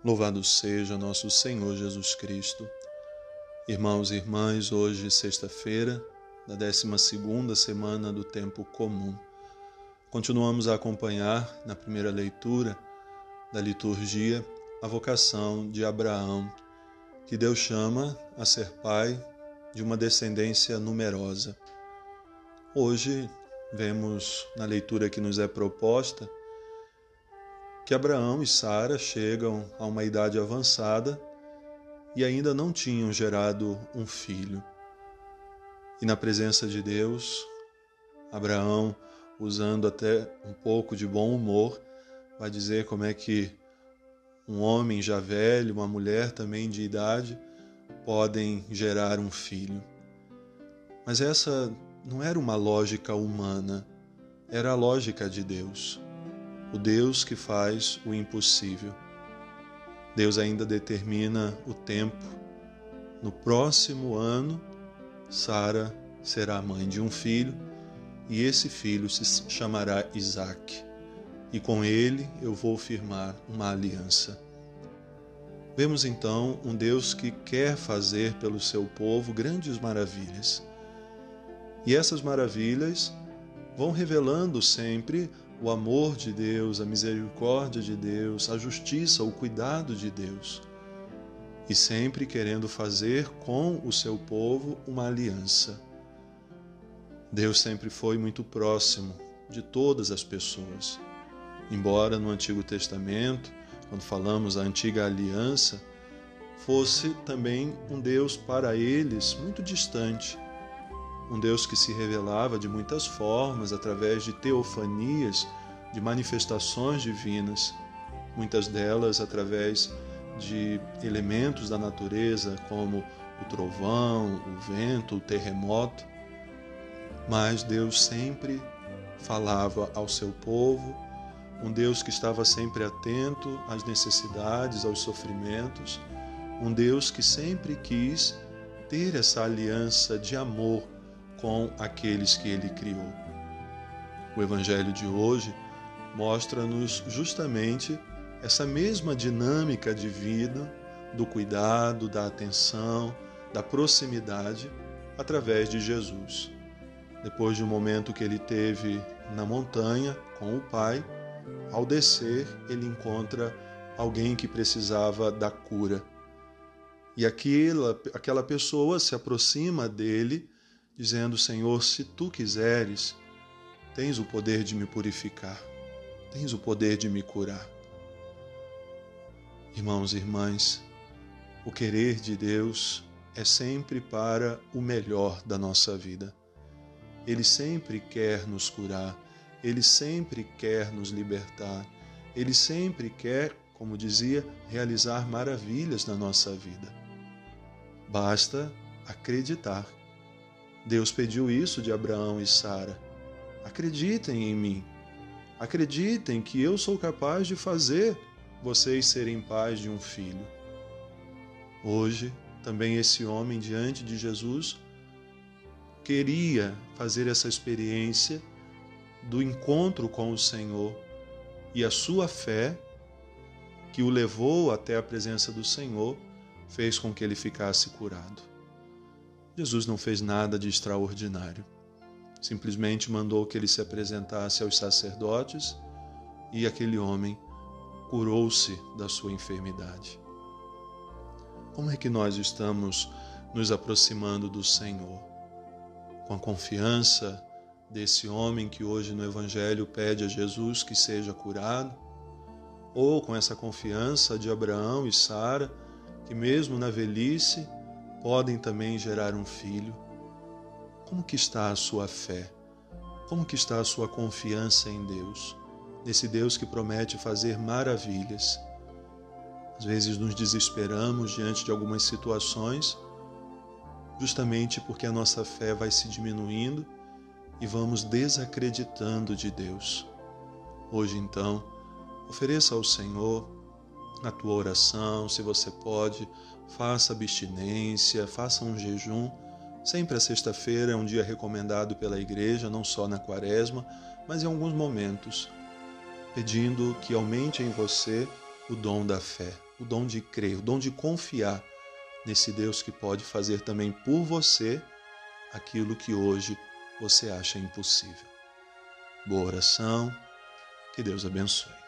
Louvado seja nosso Senhor Jesus Cristo. Irmãos e irmãs, hoje sexta-feira, da 12ª semana do Tempo Comum. Continuamos a acompanhar, na primeira leitura da liturgia, a vocação de Abraão, que Deus chama a ser pai de uma descendência numerosa. Hoje, vemos na leitura que nos é proposta que Abraão e Sara chegam a uma idade avançada e ainda não tinham gerado um filho. E na presença de Deus, Abraão, usando até um pouco de bom humor, vai dizer como é que um homem já velho, uma mulher também de idade, podem gerar um filho. Mas essa não era uma lógica humana, era a lógica de Deus. O Deus que faz o impossível. Deus ainda determina o tempo. No próximo ano, Sara será mãe de um filho, e esse filho se chamará Isaque. E com ele eu vou firmar uma aliança. Vemos então um Deus que quer fazer pelo seu povo grandes maravilhas. E essas maravilhas vão revelando sempre o amor de Deus, a misericórdia de Deus, a justiça, o cuidado de Deus. E sempre querendo fazer com o seu povo uma aliança. Deus sempre foi muito próximo de todas as pessoas. Embora no Antigo Testamento, quando falamos a antiga aliança, fosse também um Deus para eles muito distante. Um Deus que se revelava de muitas formas, através de teofanias, de manifestações divinas, muitas delas através de elementos da natureza, como o trovão, o vento, o terremoto. Mas Deus sempre falava ao seu povo, um Deus que estava sempre atento às necessidades, aos sofrimentos, um Deus que sempre quis ter essa aliança de amor com aqueles que Ele criou. O Evangelho de hoje mostra-nos justamente essa mesma dinâmica de vida, do cuidado, da atenção, da proximidade, através de Jesus. Depois de um momento que Ele teve na montanha com o Pai, ao descer, Ele encontra alguém que precisava da cura. E aquela pessoa se aproxima dele, dizendo: Senhor, se tu quiseres, tens o poder de me purificar, tens o poder de me curar. Irmãos e irmãs, o querer de Deus é sempre para o melhor da nossa vida. Ele sempre quer nos curar, Ele sempre quer nos libertar, Ele sempre quer, como dizia, realizar maravilhas na nossa vida. Basta acreditar. Deus pediu isso de Abraão e Sara. Acreditem em mim. Acreditem que eu sou capaz de fazer vocês serem pais de um filho. Hoje, também esse homem diante de Jesus queria fazer essa experiência do encontro com o Senhor, e a sua fé, que o levou até a presença do Senhor, fez com que ele ficasse curado. Jesus não fez nada de extraordinário. Simplesmente mandou que ele se apresentasse aos sacerdotes e aquele homem curou-se da sua enfermidade. Como é que nós estamos nos aproximando do Senhor? Com a confiança desse homem que hoje no Evangelho pede a Jesus que seja curado? Ou com essa confiança de Abraão e Sara, que mesmo na velhice podem também gerar um filho? Como que está a sua fé? Como que está a sua confiança em Deus? Nesse Deus que promete fazer maravilhas. Às vezes nos desesperamos diante de algumas situações, justamente porque a nossa fé vai se diminuindo e vamos desacreditando de Deus. Hoje, então, ofereça ao Senhor a tua oração, se você pode, faça abstinência, faça um jejum. Sempre a sexta-feira é um dia recomendado pela Igreja, não só na Quaresma, mas em alguns momentos, pedindo que aumente em você o dom da fé. o dom de crer, o dom de confiar nesse Deus que pode fazer também por você aquilo que hoje você acha impossível. Boa oração, que Deus abençoe.